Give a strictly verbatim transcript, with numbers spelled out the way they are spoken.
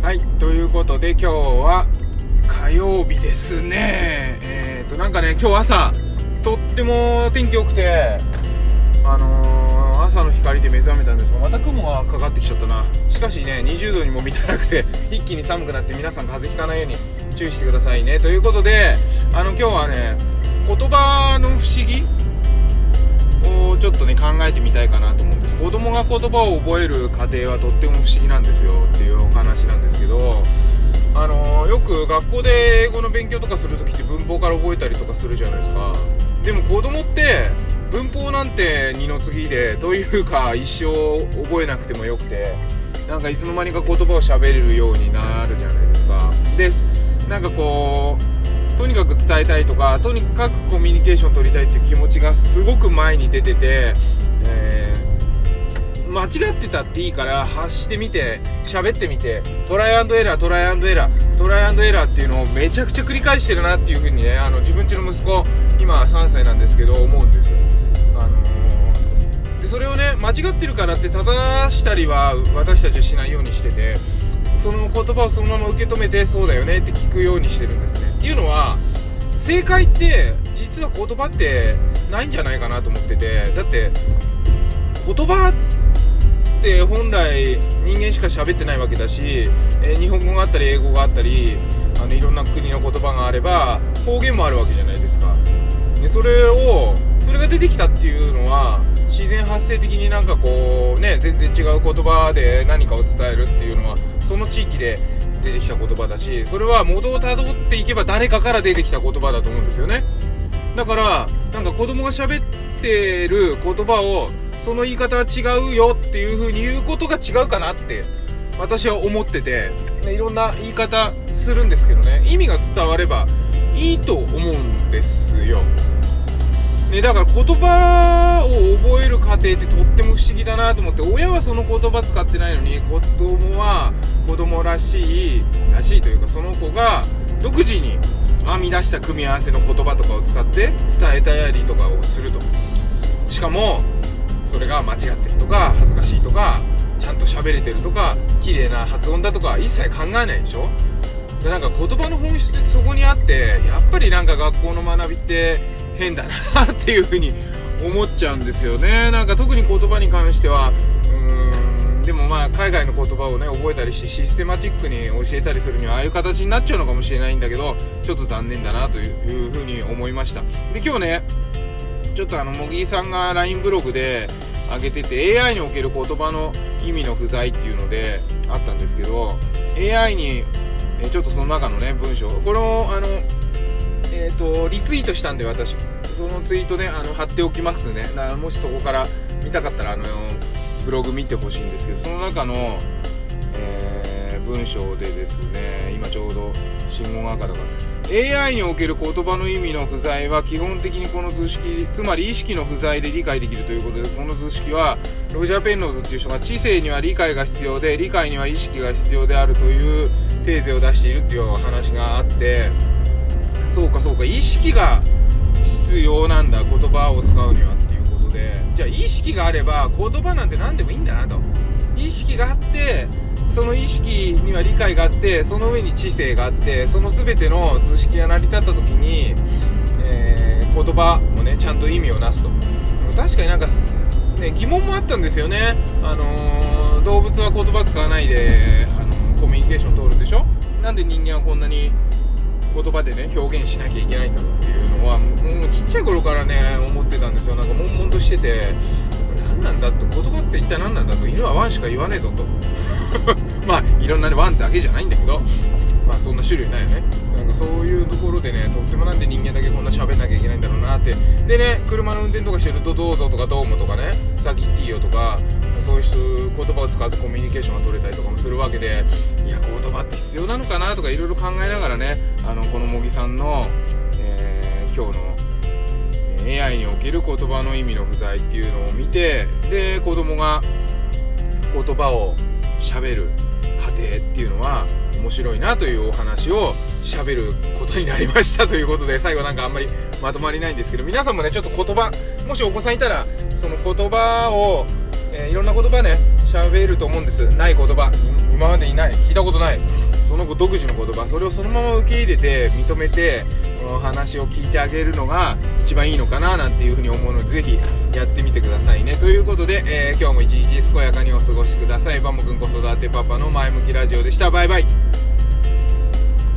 はい、ということで今日は火曜日ですね。えーとなんかね、今日朝とっても天気良くて、あのー、朝の光で目覚めたんですが、また雲がかかってきちゃったな。しかしね、にじゅうどにも満たなくて一気に寒くなって、皆さん風邪ひかないように注意してくださいね。ということで、あの今日はね、言葉の不思議をちょっとね考えてみたいかなと思うんです。子供が言葉を覚える過程はとっても不思議なんですよっていうお話なんですけど、あのー、よく学校で英語の勉強とかするときって文法から覚えたりとかするじゃないですか。でも子供って文法なんて二の次で、というか一生覚えなくてもよくて、なんかいつの間にか言葉を喋れるようになるじゃないですか。で、なんかこうとにかく伝えたいとか、とにかくコミュニケーション取りたいっていう気持ちがすごく前に出てて、えー、間違ってたっていいから発してみて、喋ってみて、トライアンドエラートライアンドエラートライアンドエラーっていうのをめちゃくちゃ繰り返してるなっていう風にね、あの自分家の息子今さんさいなんですけど思うんです。あのー、でそれをね、間違ってるからって正したりは私たちはしないようにしてて、その言葉をそのまま受け止めて、そうだよねって聞くようにしてるんですね。っていうのは、正解って実は言葉ってないんじゃないかなと思ってて、だって言葉って本来人間しか喋ってないわけだし、えー、日本語があったり英語があったり、あのいろんな国の言葉があれば方言もあるわけじゃないですか。でそれをそれが出てきたっていうのは自然発生的になんかこうね、全然違う言葉で何かを伝えるっていうのはその地域で出てきた言葉だし、それは元をたどっていけば誰かから出てきた言葉だと思うんですよね。だからなんか子供が喋ってる言葉を、その言い方は違うよっていう風に言うことが違うかなって私は思ってて、いろんな言い方するんですけどね、意味が伝わればいいと思うんですよね。だから言葉を覚える過程ってとっても不思議だなと思って、親はその言葉使ってないのに子供は子供らしいらしいというか、その子が独自に編み出した組み合わせの言葉とかを使って伝えたりとかをすると。しかもそれが間違ってるとか恥ずかしいとか、ちゃんと喋れてるとか綺麗な発音だとか一切考えないでしょ。でなんか言葉の本質ってそこにあって、やっぱりなんか学校の学びって変だなっていう風に思っちゃうんですよね。なんか特に言葉に関しては、うーんでもまあ海外の言葉をね覚えたりし、システマチックに教えたりするにはああいう形になっちゃうのかもしれないんだけど、ちょっと残念だなという風に思いました。で今日ね、ちょっとあの茂木さんが ライン ブログで上げてて、 エーアイ における言葉の意味の不在っていうのであったんですけど、 エーアイ にちょっとその中のね文章、これをあのえーとリツイートしたんで、私そのツイートねあの貼っておきますね。だからもしそこから見たかったらあのブログ見てほしいんですけど、その中の、えー、文章でですね、今ちょうど信号が赤だから、 エーアイ における言葉の意味の不在は基本的にこの図式、つまり意識の不在で理解できるということで、この図式はロジャー・ペンローズっていう人が知性には理解が必要で理解には意識が必要であるというテーゼを出しているっていう話があって、そうかそうか、意識が必要なんだ言葉を使うにはっていうことで、じゃあ意識があれば言葉なんて何でもいいんだなと。意識があって、その意識には理解があって、その上に知性があって、その全ての図式が成り立った時に、えー、言葉もねちゃんと意味をなすと。確かになんか、ね、疑問もあったんですよね。あのー、動物は言葉使わないで、あのー、コミュニケーション取るでしょ。なんで人間はこんなに言葉でね表現しなきゃいけないんだろうっていうのは、もうちっちゃい頃からね思ってたんですよ。なんか悶々としてて、何なんだと、言葉って一体何なんだと、犬はワンしか言わねえぞとまあいろんなねワンだけじゃないんだけど、まあそんな種類ないよね。なんかそういうところでね、とってもなんで人間だけこんな喋んなきゃいけないんだろうなって。でね、車の運転とかしてるとどうぞとかどうもとかね、先行っていいよとか、そういう人言葉を使わずコミュニケーションが取れたりとかもするわけで、いや言葉って必要なのかなとかいろいろ考えながらね、あのこの茂木さんの、えー、今日のエーアイ における言葉の意味の不在っていうのを見て、で子供が言葉を喋る過程っていうのは面白いなというお話を喋ることになりましたということで、最後なんかあんまりまとまりないんですけど、皆さんもねちょっと言葉、もしお子さんいたらその言葉を、えー、いろんな言葉ね喋ると思うんです。ない言葉、今までにない、聞いたことない、その子独自の言葉、それをそのまま受け入れて認めて、この話を聞いてあげるのが一番いいのかななんていうふうに思うので、ぜひやってみてくださいね。ということで、えー、今日も一日健やかにお過ごしください。バモくん子育てパパの前向きラジオでした。バイバイ。